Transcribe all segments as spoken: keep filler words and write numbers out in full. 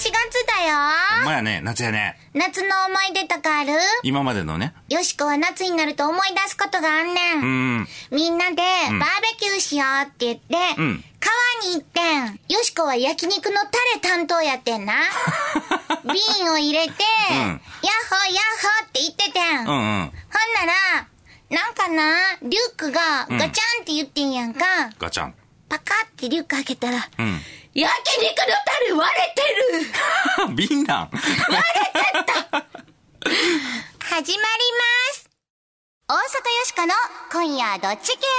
ちがつだよ。 ほんまやね、夏やね。 夏の思い出とかある？ 今までのね。 よしこは夏になると思い出すことがあんねん。 うん。 みんなでバーベキューしようって言って、うん、川に行ってん。よしこは焼肉のタレ担当やってんな。瓶を入れて、うん、ヤッホーヤッホーって言っててん。うんうん。ほんなら、なんかな、リュックがガチャンって言ってんやんか。 うん、ガチャン。 パカってリュック開けたら、うん、焼肉のタレ割れてる。 瓶なん割れてた。始まります。大阪よしこの今夜どっち系。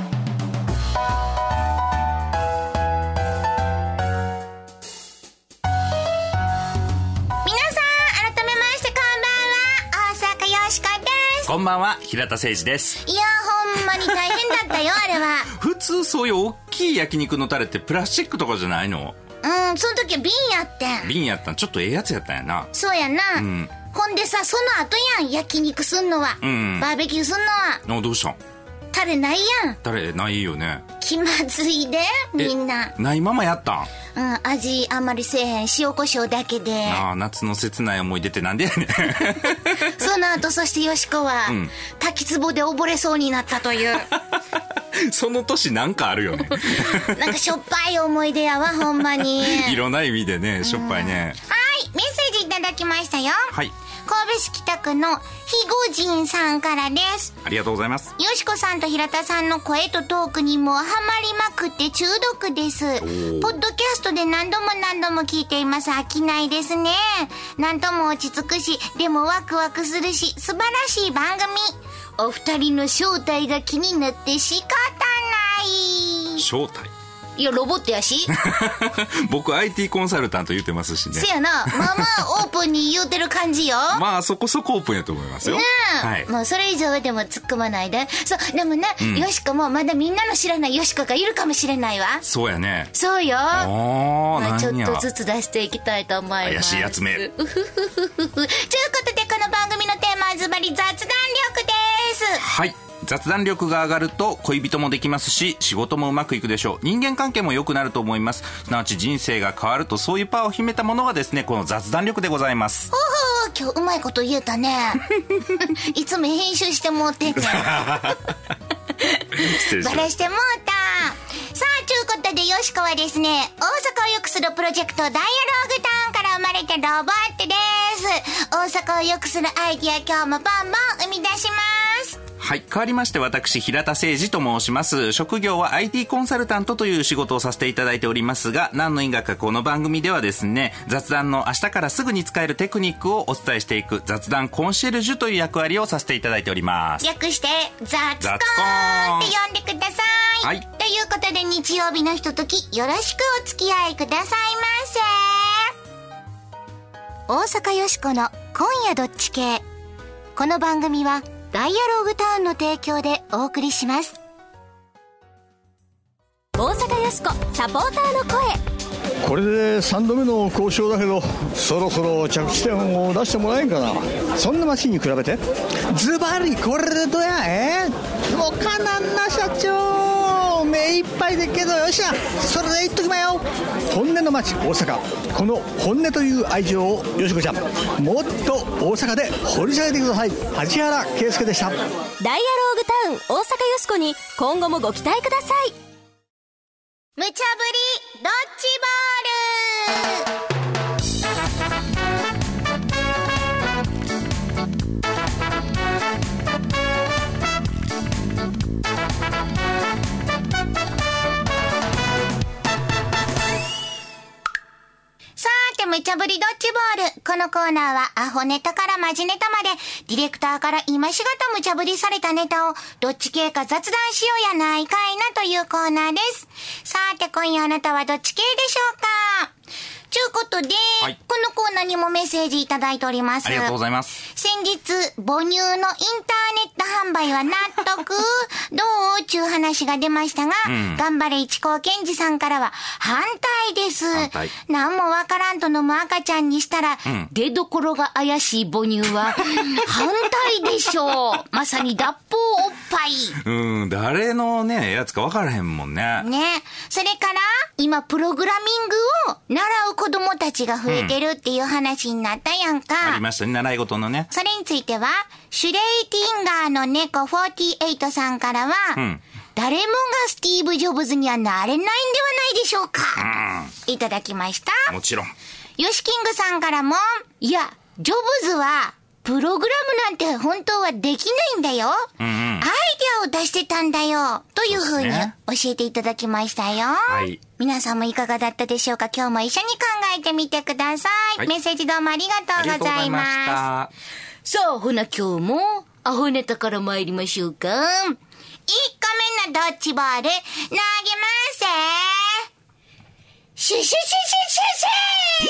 こんばんは、平田誠二です。 いやほんまに大変だったよあれは。 普通そういう大きい焼肉のタレってプラスチックとかじゃないの？ うん、その時は瓶やってん。 瓶やったん、ちょっとええやつやったんやな。 そうやな、うん、ほんでさ、その後やん、焼肉すんのは、うん、バーベキューすんのは。 あ、どうしたん？ タレないやん。 タレないよね。 気まずいで、みんな。 ないままやったん？ うん、味あんまりせえへん、塩コショウだけで。 ああ、夏の切ない思い出ってなんでやねん。 その後、そしてよしこは、うん、滝壺で溺れそうになったという。 その年なんかあるよね。 なんかしょっぱい思い出やわ、ほんまに。 いろんな意味でね、しょっぱいね。 はい、メッセージいただきましたよ。 はい。 神戸市北区のひごじんさんからです。 ありがとうございます。 よしこさんと平田さんの声とトークにもハマりまくって中毒です。ポッドキャストで何度も何度も聞いています。飽きないですね。なんとも落ち着くし、でもワクワクするし、素晴らしい番組。お二人の正体が気になって仕方ない。 正体？ いや、ロボットやし。 僕 アイティー コンサルタント言ってますしね。 せやな、まあまあオープンに言うてる感じよ。 まあそこそこオープンやと思いますよ。ねえ、はい、もうそれ以上はでも突っ込まないで。そう、でもね、うん、よしこもまだみんなの知らないよしこがいるかもしれないわ。 そうやね。 そうよ。 おー、 まあ、ちょっとずつ出していきたいと思います。 怪しいやつめ。 ということで、この番組のテーマはズバリ雑談力です。 はい。雑談力が上がると恋人もできますし、仕事もうまくいくでしょう。人間関係も良くなると思います。すなわち人生が変わると、そういうパワーを秘めたものがですね、この雑談力でございます。 ほほー、今日うまいこと言えたね。いつも編集してもうてんねん。バラしてもうた。さあ、ということでよしこはですね、大阪を良くするプロジェクトダイアローグタウンから生まれたロボットです。大阪を良くするアイディア、今日もボンボン生み出します。 はい。変わりまして、私、平田誠二と申します。職業は アイティー コンサルタントという仕事をさせていただいておりますが、何の因果かこの番組ではですね、雑談の明日からすぐに使えるテクニックをお伝えしていく雑談コンシェルジュという役割をさせていただいております。 略して、雑コンって呼んでください。はい。ということで、日曜日のひととき、よろしくお付き合いくださいませ。大阪よしこの今夜どっち系。この番組は、ダイアローグタウンの提供でお送りします。 大阪よしこサポーターの声。 これでさんどめの交渉だけど、そろそろ着地点を出してもらえんかな。そんなマシンに比べてズバリこれでどや。えー、もうかなんな社長、目いっぱいでっけど、よっしゃそれで言っときまよ。本音の街大阪、この本音という愛情をよしこちゃん、もっと大阪で掘り下げてください。梶原圭介でした。ダイアローグタウン大阪よしこに今後もご期待ください。 無茶ぶりドッジボール。さて、無茶ぶりドッジボール。このコーナーはアホネタからマジネタまで、ディレクターから今しがた無茶ぶりされたネタをどっち系か雑談しようやないかいなというコーナーです。さて、今夜あなたはどっち系でしょうか。ということで、はい、このコーナーにもメッセージいただいております。 ありがとうございます。 先日、母乳のインターネット販売は納得どうちゅう話が出ましたが、うん、頑張れ一高健二さんからは反対です。反対。なんもわからんと飲む赤ちゃんにしたら、うん、出どころが怪しい母乳は反対でしょう。まさに脱法おっぱい。 うん、誰のね、やつかわからへんもんね。 ね。それから、 今プログラミングを習う子供たちが増えてるっていう話になったやんか。 ありましたね、習い事のね。 それについては、シュレイティンガーの猫フォーティーエイトさんからは、うん、誰もがスティーブ・ジョブズにはなれないんではないでしょうか。うん、いただきました。 もちろん。 ヨシキングさんからも、いや、ジョブズは、プログラムなんて本当はできないんだよ。うんうん、アイデアを出してたんだよ。というふうに教えていただきましたよ。はい。皆さんもいかがだったでしょうか。今日も一緒に考えてみてください。はい、メッセージどうもありがとうございます。ありがとうございました。さあ、ほな今日もアホネタから参りましょうか。いっこめのドッジボール、投げますシュシュシュシュシュシュ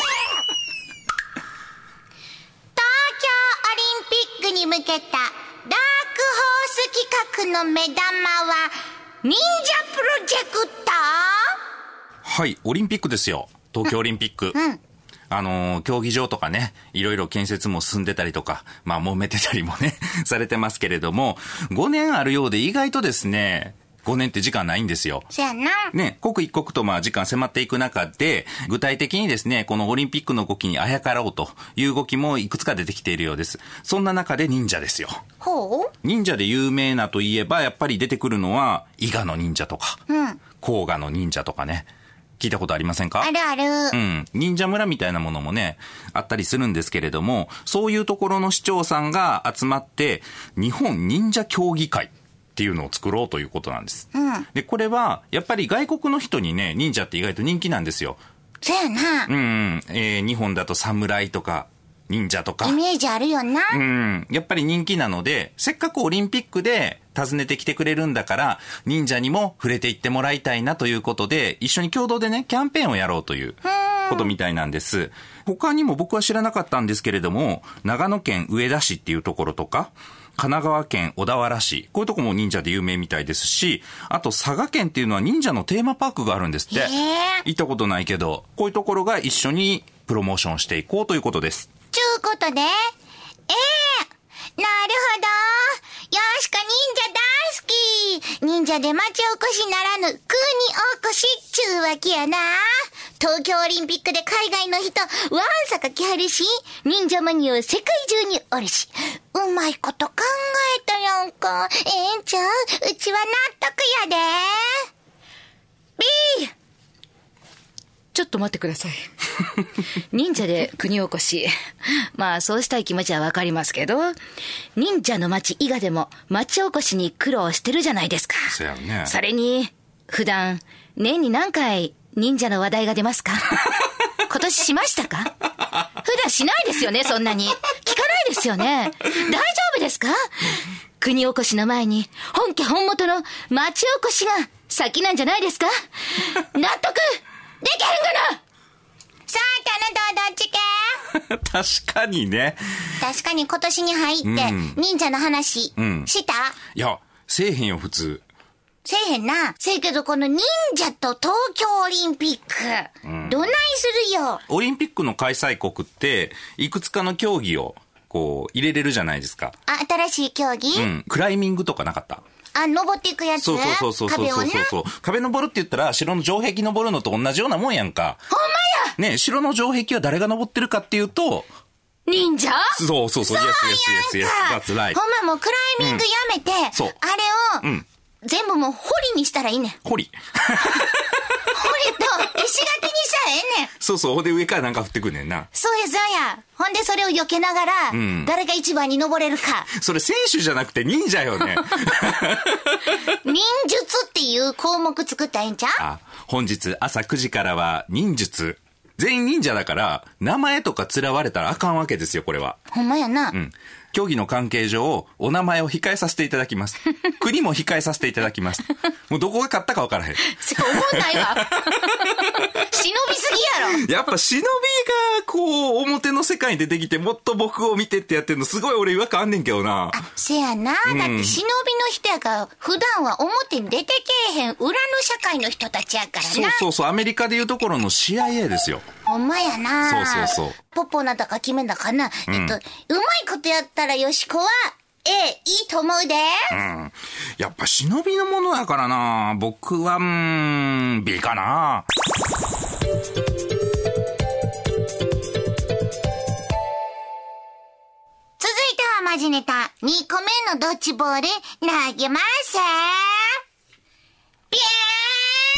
オリンピックに向けたダークホース企画の目玉は忍者プロジェクター。 はい、オリンピックですよ。東京オリンピック。うん。あのー、競技場とかね、いろいろ建設も進んでたりとか、まあ揉めてたりもね、されてますけれども、ごねんあるようで意外とですね、ごねんって時間ないんですよ。 そうやな。 ね、刻一刻とまあ時間迫っていく中で、具体的にですね、このオリンピックの動きにあやかろうという動きもいくつか出てきているようです。そんな中で忍者ですよ。 ほう？ 忍者で有名なといえば、やっぱり出てくるのは、伊賀の忍者とか、うん、甲賀の忍者とかね。聞いたことありませんか？ あるある。 うん。忍者村みたいなものもね、あったりするんですけれども、そういうところの市長さんが集まって、日本忍者協議会っていうのを作ろうということなんです。うん。で、これは、やっぱり外国の人にね、忍者って意外と人気なんですよ。 そうやな。 うん、うん。えー、日本だと侍とか、忍者とか。 イメージあるよな。 うん。やっぱり人気なので、せっかくオリンピックで訪ねてきてくれるんだから、忍者にも触れていってもらいたいなということで、一緒に共同でね、キャンペーンをやろうということみたいなんです。他にも僕は知らなかったんですけれども、長野県上田市っていうところとか、神奈川県小田原市、こういうとこも忍者で有名みたいですし、あと佐賀県っていうのは忍者のテーマパークがあるんですって。行ったことないけど、こういうところが一緒にプロモーションしていこうということです。 ちゅうことで、ええー、なるほど。よしこ忍者大好き。忍者で町おこしならぬ、空におこしっちゅうわけやな。東京オリンピックで海外の人、わんさか来はるし、忍者マニア世界中におるし、うまいこと考えたやんか。ええんちゃう？うちは納得やで。ビーちょっと待ってください。忍者で国おこし。まあそうしたい気持ちはわかりますけど、忍者の町伊賀でも町おこしに苦労してるじゃないですか。 そうやね。 それに、普段年に何回忍者の話題が出ますか？今年しましたか？普段しないですよね、そんなに。聞かないですよね。大丈夫ですか？国おこしの前に本家本元の町おこしが先なんじゃないですか？納得できへんかな。 さあ、たのどうどっちけ？確かにね。 確かに今年に入って、忍者の話、うん、した？ いや、せえへんよ、普通。 せえへんな。せやけどこの忍者と東京オリンピック、うん、どないするよ。 オリンピックの開催国って、いくつかの競技を、こう、入れれるじゃないですか。 あ、新しい競技？ うん。クライミングとかなかった？ あ、登っていくやつ？ そうそうそうそうそうそうそう。壁をね。壁登るって言ったら、城の城壁登るのと同じようなもんやんか。 ほんまや！ね、城の城壁は誰が登ってるかっていうと、 忍者？ そうそうそう。 そうやんか。 yes, yes, yes, yes, that's right. ほんまもうクライミングやめて、うん、そう。あれを、うん、全部もう堀にしたらいいねん。 堀。 堀と石垣にしたらええねん。 そうそう。ほんで上からなんか降ってくんねんな。 そうやそうや。ほんでそれを避けながら、うん、誰が一番に登れるか。 それ選手じゃなくて忍者よね。 忍術っていう項目作ったらええんちゃう？ あ、本日朝くじからは忍術。全員忍者だから、名前とか連われたらあかんわけですよ、これは。 ほんまやな。 うん。競技の関係上、お名前を控えさせていただきます。国も控えさせていただきます。もうどこが勝ったか分からへん。 そう思んないわ。忍びすぎやろ。 やっぱ忍びが、こう、表の世界に出てきて、もっと僕を見てってやってるの、すごい俺違和感あんねんけどな。 あ、せやな。うん、だって忍びの人やから、普段は表に出てけえへん、裏の社会の人たちやからな。 そうそうそう、アメリカでいうところの シーアイエー ですよ。 ほんまやな。 そうそうそう。 ポッポなんだか決めんだかな。うん、えっと、うまいことやったらよしこは、 ええ、いいと思うで。 うん。やっぱ忍びのものだからな。僕は、うーん、B かな。 続いてはマジネタ。にこめのドッジボール投げますピエーン。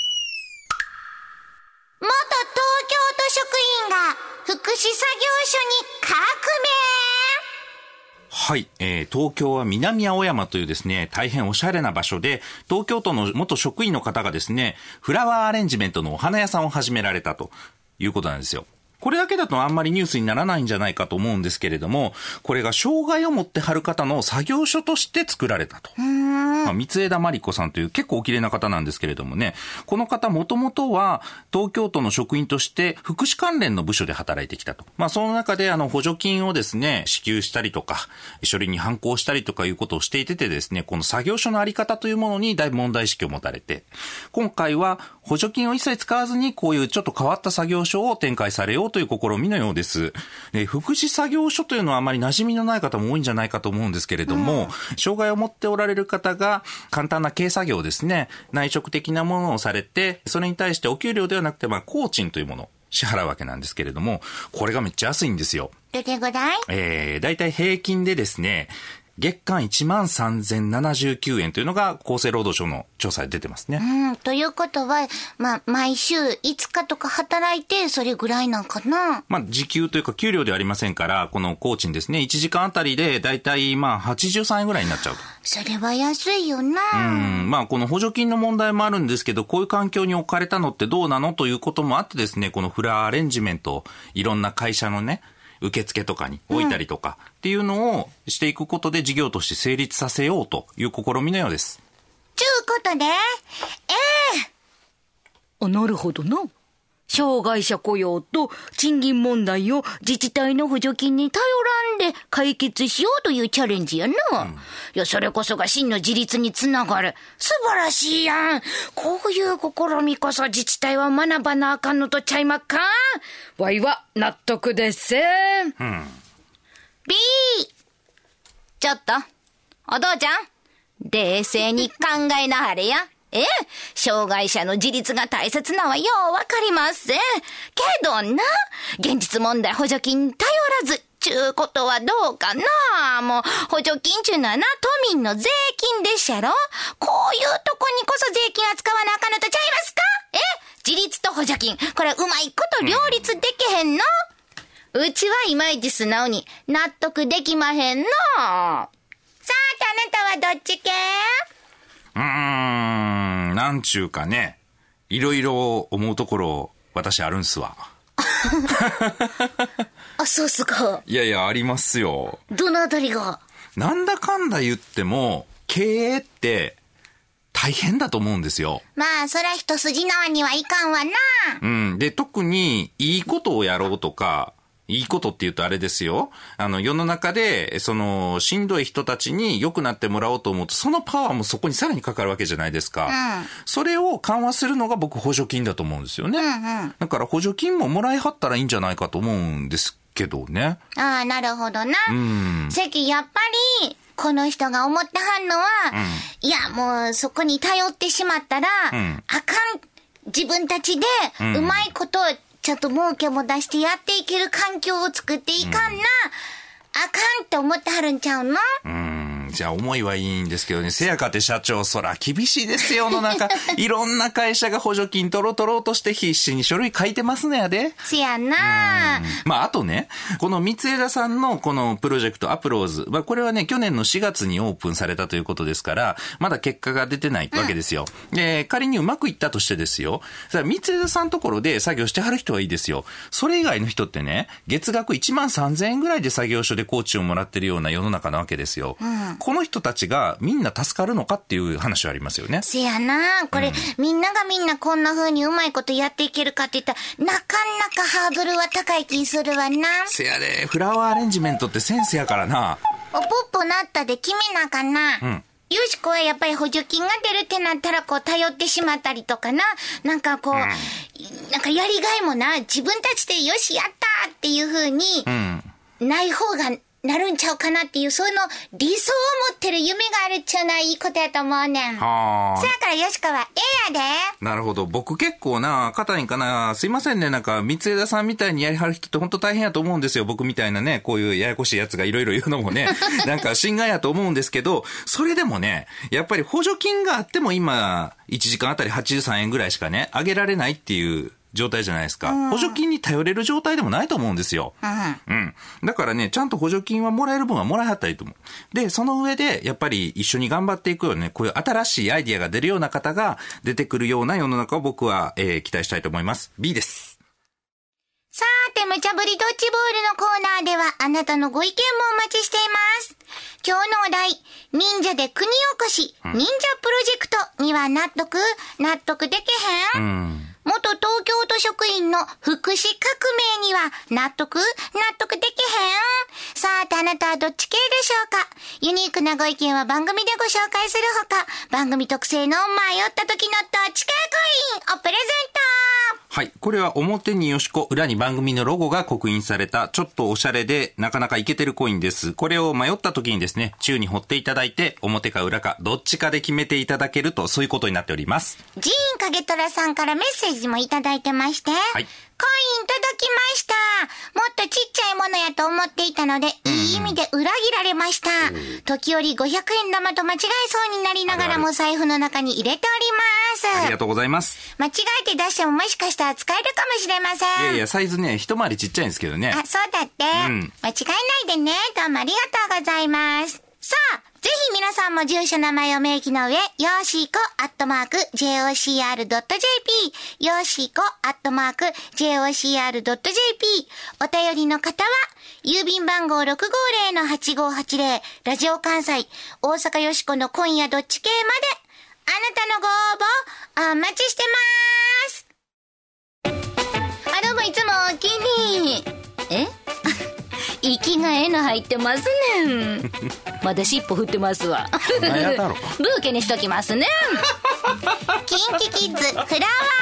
元東京都職員が福祉作業所に革命。 はい、えー、東京は南青山というですね、大変おしゃれな場所で、東京都の元職員の方がですね、フラワーアレンジメントのお花屋さんを始められたということなんですよ。これだけだとあんまりニュースにならないんじゃないかと思うんですけれども、これが障害を持ってはる方の作業所として作られたと。まあ、三枝真理子さんという結構お綺麗な方なんですけれどもね、この方もともとは東京都の職員として福祉関連の部署で働いてきたと。まあその中であの補助金をですね、支給したりとか、書類に反抗したりとかいうことをしていててですね、この作業所のあり方というものにだいぶ問題意識を持たれて、今回は補助金を一切使わずにこういうちょっと変わった作業所を展開されようという試みのようです。で、福祉作業所というのはあまり馴染みのない方も多いんじゃないかと思うんですけれども、うん、障害を持っておられる方が簡単な軽作業ですね、内職的なものをされて、それに対してお給料ではなくて、まあ、工賃というものを支払うわけなんですけれども、これがめっちゃ安いんですよ。 どれぐらい？ えー、だいたい平均でですね、月間いちまんさんぜんななじゅうきゅうえんというのが厚生労働省の調査で出てますね。 うん、ということは、まあ、毎週いつかとか働いてそれぐらいなんかな。 まあ、時給というか給料ではありませんから、この工賃ですね、いちじかんあたりでだいたいまあはちじゅうさんえんぐらいになっちゃうと。 それは安いよな。 うん、まあこの補助金の問題もあるんですけど、こういう環境に置かれたのってどうなのということもあってですね、このフラワーアレンジメント、いろんな会社のね、受付とかに置いたりとかっていうのをしていくことで事業として成立させようという試みのようです。 ちゅうことで、ええー、あ、なるほどな。障害者雇用と賃金問題を自治体の補助金に頼らんで解決しようというチャレンジやな。うん、いや、それこそが真の自立につながる。素晴らしいやん。こういう試みこそ自治体は学ばなあかんのとちゃいまっか。わいは納得ですせん。うん。 B！ ちょっと、お父ちゃん、冷静に考えなはれや。え障害者の自立が大切なはようわかりません。けどな、現実問題補助金頼らず、ちゅうことはどうかな。もう、補助金ちゅうのはな、都民の税金でっしゃろ。こういうとこにこそ税金扱わなあかんのとちゃいますか。え自立と補助金、これうまいこと両立できへんの、うん、うちはいまいち素直に納得できまへんの。さあ、あなたはどっち系？ うーん、なんちゅうかね、いろいろ思うところ私あるんすわ。 あ、そうっすか。 いやいや、ありますよ。 どのあたりが？ なんだかんだ言っても経営って大変だと思うんですよ。 まあ、そら一筋縄にはいかんわな。 うん。で、特にいいことをやろうとか、いいことって言うとあれですよ。あの、世の中で、その、しんどい人たちに良くなってもらおうと思うと、そのパワーもそこにさらにかかるわけじゃないですか。うん、それを緩和するのが僕補助金だと思うんですよね。うんうん、だから補助金ももらいはったらいいんじゃないかと思うんですけどね。 ああ、なるほどな。うん。関、やっぱり、この人が思ってはんのは、うん、いや、もうそこに頼ってしまったら、うん、あかん、自分たちでうまいことを、ちょっと儲けも出してやっていける環境を作っていかんな、うん、あかんって思ってはるんちゃうの？ うーん、じゃあ思いはいいんですけどね。せやかて社長、そら厳しいですよ、の中。いろんな会社が補助金取ろう取ろうとして必死に書類書いてますのやで。 せやな。 まあ、あとね、この三枝さんのこのプロジェクトアプローズ。まあ、これはね、去年のしがつにオープンされたということですから、まだ結果が出てないわけですよ。うん、で、仮にうまくいったとしてですよ。三枝さんのところで作業してはる人はいいですよ。それ以外の人ってね、月額いちまんさんぜんえんぐらいで作業所で工賃をもらってるような世の中なわけですよ。うん、この人たちがみんな助かるのかっていう話はありますよね。 せやな。これ、うん、みんながみんなこんな風にうまいことやっていけるかって言ったら、なかなかハードルは高い気するわな。 せやで、フラワーアレンジメントってセンスやからな。 おポッポなったで決めなかな。うん。よしこはやっぱり補助金が出るってなったらこう頼ってしまったりとかな。なんかこう、うん、なんかやりがいもな、自分たちでよしやったっていう風に、うん、ない方がなるんちゃうかなっていう、その理想を持ってる夢があるっちゅうのはいいことやと思うねん。 はあ。 そやからよしかはええやで。 なるほど。僕結構な、硬いんかな。すいませんね。なんか、三枝さんみたいにやりはる人って本当大変やと思うんですよ。僕みたいなね、こういうややこしいやつがいろいろ言うのもね、なんか心外やと思うんですけど、それでもね、やっぱり補助金があっても今、いちじかんあたりはちじゅうさんえんぐらいしかね、上げられないっていう状態じゃないですか、うん、補助金に頼れる状態でもないと思うんですよ、うん、うん、だからねちゃんと補助金はもらえる分はもらいはったらいいと思う。でその上でやっぱり一緒に頑張っていくよね、こういう新しいアイディアが出るような方が出てくるような世の中を僕は、えー、期待したいと思います。 B です。 さて無茶ぶりドッジボールのコーナーではあなたのご意見もお待ちしています。今日のお題、忍者で国おこし、うん、忍者プロジェクトには納得納得できへん、うん、元東京都職員の福祉革命には納得納得できへん。さてあなたはどっち系でしょうか。ユニークなご意見は番組でご紹介するほか、番組特製の迷った時のどっち系コインをプレゼント。 はい。これは表によしこ、裏に番組のロゴが刻印された、ちょっとおしゃれでなかなかイケてるコインです。これを迷った時にですね、宙に掘っていただいて、表か裏かどっちかで決めていただけると、そういうことになっております。 ジーン影虎さんからメッセージもいただいてまして、はい。コイン届きました。もっとちっちゃいものやと思っていたので、うん、いい意味で裏切られました。時折ごひゃくえん玉と間違えそうになりながらも財布の中に入れております。 ありがとうございます。 間違えて出してももしかしたら使えるかもしれません。 いやいや、サイズね、一回りちっちゃいんですけどね。 あ、そうだって。うん、間違えないでね。どうもありがとうございます。さあ、ぜひ皆さんも住所名前を明記の上、よーしーこアットマーク ジェイオーシーアールドットジェーピー、よーしーこアットマーク ジェイオーシーアールドットジェーピー、お便りの方は、郵便番号 ろくごーぜろのはちごーはちぜろ、ラジオ関西、大阪よしこの今夜どっち系まで、あなたのご応募、お待ちしてまーす。 あ、どうもいつもおおきに。え息がえの入ってますねん。まだ尻尾振ってますわ。ブーケにしときますね。 キンキキッズフラワ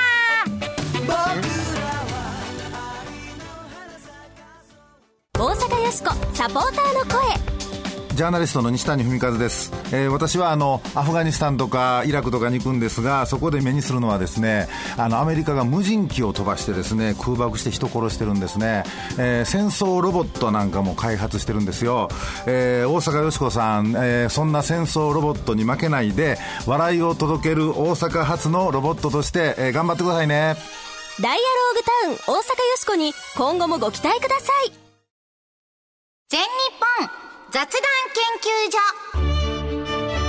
ー。大阪よしこサポーターの声。 ジャーナリストの西谷文和です、えー、私はあのアフガニスタンとかイラクとかに行くんですが、そこで目にするのはですね、あのアメリカが無人機を飛ばしてですね、空爆して人殺してるんですね、えー、戦争ロボットなんかも開発してるんですよ、えー、大阪よしこさん、えー、そんな戦争ロボットに負けないで笑いを届ける大阪発のロボットとして、えー、頑張ってくださいね。 ダイアローグタウン大阪よしこに今後もご期待ください。 全日本雑談研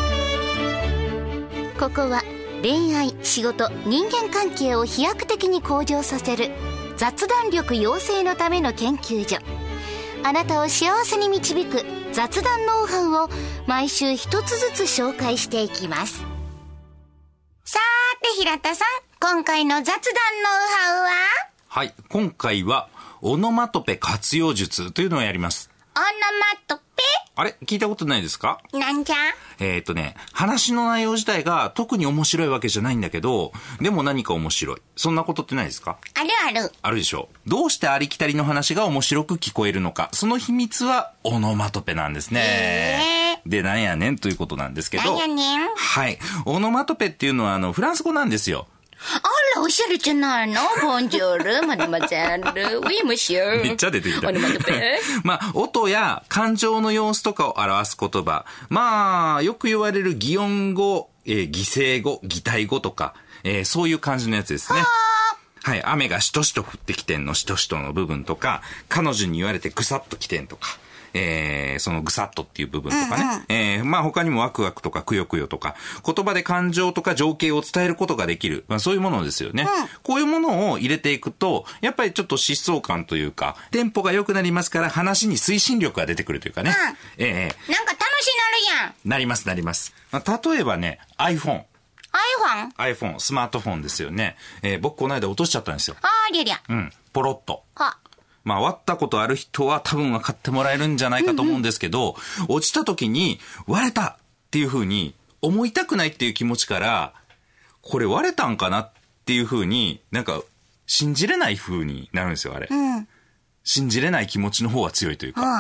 究所。ここは恋愛、仕事、人間関係を飛躍的に向上させる雑談力養成のための研究所。あなたを幸せに導く雑談ノウハウを毎週一つずつ紹介していきます。さーて平田さん、今回の雑談ノウハウは？ はい、今回はオノマトペ活用術というのをやります。 オノマトペ？ あれ聞いたことないですか？ なんじゃ？ えっとね、話の内容自体が特に面白いわけじゃないんだけど、でも何か面白い。そんなことってないですか？ あるある。 あるでしょ。どうしてありきたりの話が面白く聞こえるのか。その秘密はオノマトペなんですね。で、なんやねんということなんですけど。 なんやねん？ はい。オノマトペっていうのはあのフランス語なんですよ。 あら、おしゃれじゃないの？ボンジョール、マデマゼル、ウィムシュー。 めっちゃ出てきた。 オノマトペ。 まあ、音や感情の様子とかを表す言葉。まあ、よく言われる擬音語、えー、擬声語、擬態語とか、えー、そういう感じのやつですね。はい。雨がしとしと降ってきてんのしとしとの部分とか、彼女に言われてぐさっときてんとか。えー、そのぐさっとっていう部分とかね、うんうん、えー、まあ他にもワクワクとかくよくよとか言葉で感情とか情景を伝えることができる、まあ、そういうものですよね、うん、こういうものを入れていくとやっぱりちょっと疾走感というかテンポが良くなりますから話に推進力が出てくるというかね、 うん、えー、なんか楽しなるやん。 なりますなります、まあ、例えばね iPhone iPhone? iPhone スマートフォンですよね、えー、僕この間落としちゃったんですよ。 あーりゃりゃ、 うん、ポロッと。 はまあ割ったことある人は多分分かってもらえるんじゃないかと思うんですけど、うんうん、落ちた時に割れたっていう風に思いたくないっていう気持ちからこれ割れたんかなっていう風になんか信じれない風になるんですよあれ、うん、信じれない気持ちの方が強いというか、うん、っ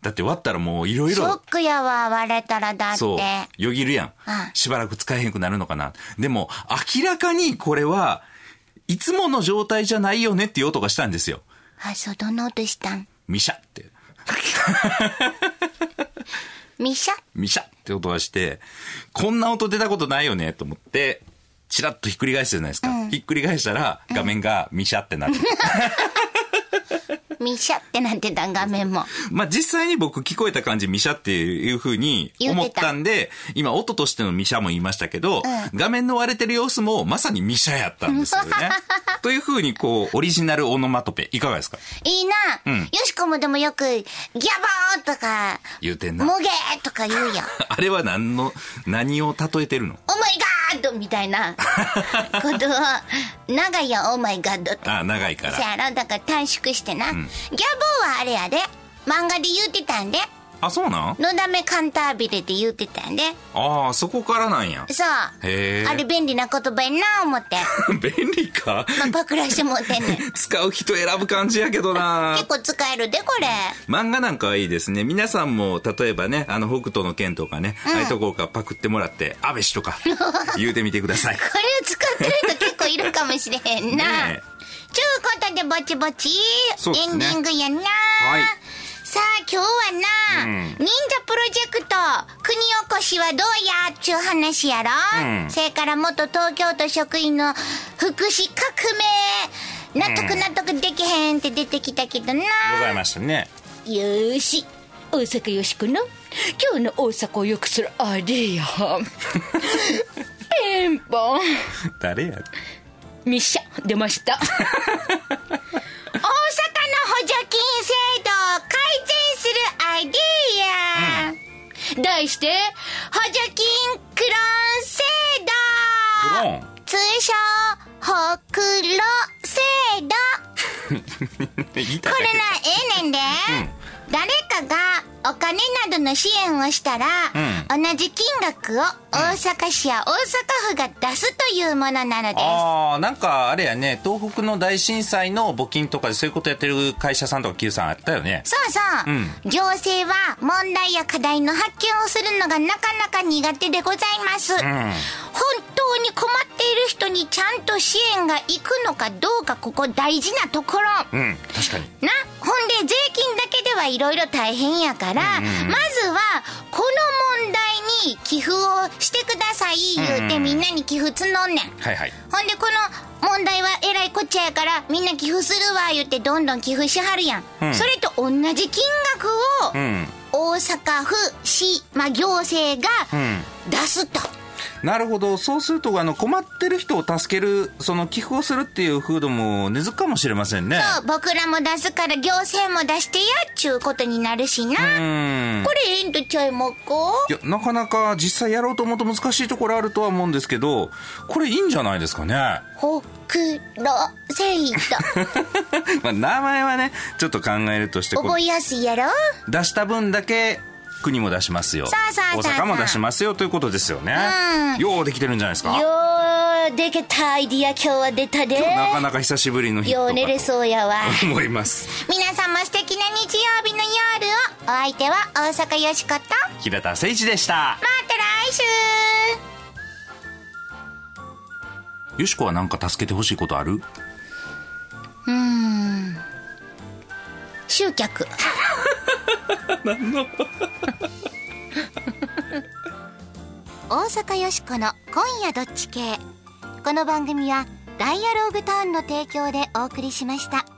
だって割ったらもういろいろ。 ショックやわ、割れたらだって。 そう。よぎるやん。 うんしばらく使えへんくなるのかな。でも、明らかにこれは、いつもの状態じゃないよねっていう音がしたんですよ。 あ、そう、どの音したん？ ミシャって。 ミシャ？ ミシャって音がして、こんな音出たことないよねと思って、チラッとひっくり返すじゃないですか。うん、ひっくり返したら、画面がミシャってなって。 ミシャってなってた画面も。 まあ、実際に僕聞こえた感じミシャっていう風に思ったんで、今音としてのミシャも言いましたけど、うん、画面の割れてる様子もまさにミシャやったんですよね。という風にこう、オリジナルオノマトペ、いかがですか？ いいな。うん、よしこもでもよく、ギャボーとか、 言うてんな。 モゲーとか言うやん。 あれは何の、何を例えてるの？ オーマイガードみたいなことを、長いやん、オーマイガードって。 ああ、長いから。 そやろ、だから短縮してな。うん、ギャボーはあれやで。漫画で言うてたんで。 あ、そうなん？ のだめカンタービレで言うてたんで。 ああ、そこからなんや。 そう。 へえ。 あれ便利な言葉やな思って。 便利か？ まあ、パクらしてもうてんねん。 使う人選ぶ感じやけどな。 結構使えるで、これ。 漫画なんかはいいですね。皆さんも、例えばね、あの、北斗の拳とかね、うん、ああいうところからパクってもらって、安倍氏とか、言うてみてください。 これを使ってる人結構いるかもしれへんな。ね、ちゅうことで、ぼちぼち、ね、エンディングやな。はい。さあ今日はな、うん、忍者プロジェクト国おこしはどうやっちゅう話やろ、うん、それから元東京都職員の福祉革命納得納得できへんって出てきたけどな、 ございましたね。 よーし、大阪よしこの今日の大阪を良くするアイデアピンポン。 誰や？ ミッシャ出ました。 大阪の補助金制度を改善するアイデア、 うん、題して補助金クローン制度、 クローン、 通称ほくろ制度。これな、ええねんで、うん、誰かがお金などの支援をしたら、うん、同じ金額を大阪市や大阪府が出すというものなのです。 ああ、なんかあれやね、東北の大震災の募金とかでそういうことやってる会社さんとか企業さんあったよね。 そうそう、うん、行政は問題や課題の発見をするのがなかなか苦手でございます、うん、本当に困っている人にちゃんと支援がいくのかどうか、ここ大事なところ。 うん、確かにな。ほんで税金だけではいろいろ大変やから、うんうんうん、まずはこの問題に寄付をしてください言うてみんなに寄付募んねん、 はいはい、 ほんでこの問題はえらいこっちゃやからみんな寄付するわ言ってどんどん寄付しはるやん、うん、それと同じ金額を大阪府市、まあ、行政が出すと、 うん、なるほど。そうするとあの困ってる人を助ける、その寄付をするっていう風土も根付くかもしれませんね。 そう、僕らも出すから行政も出してやっちゅうことになるしな。うん、これええんとちゃいもっこ。 いや、なかなか実際やろうと思うと難しいところあるとは思うんですけど、これいいんじゃないですかね。 ほくろ制度。 まあ名前はねちょっと考えるとして覚えやすいやろ。 出した分だけ国も出しますよ、 そうそうそうそう、 大阪も出しますよということですよね、うん、ようできてるんじゃないですか。 ようできたアイディア今日は出たで。 今日なかなか久しぶりのヒットかとよう寝れそうやわ思います。 皆さんも素敵な日曜日の夜を。お相手は大阪よしこと平田誠一でした。また来週。 よしこは何か助けてほしいことある？ うーん、集客。 何の大阪よしこの今夜どっち系。この番組はダイアローグターンの提供でお送りしました。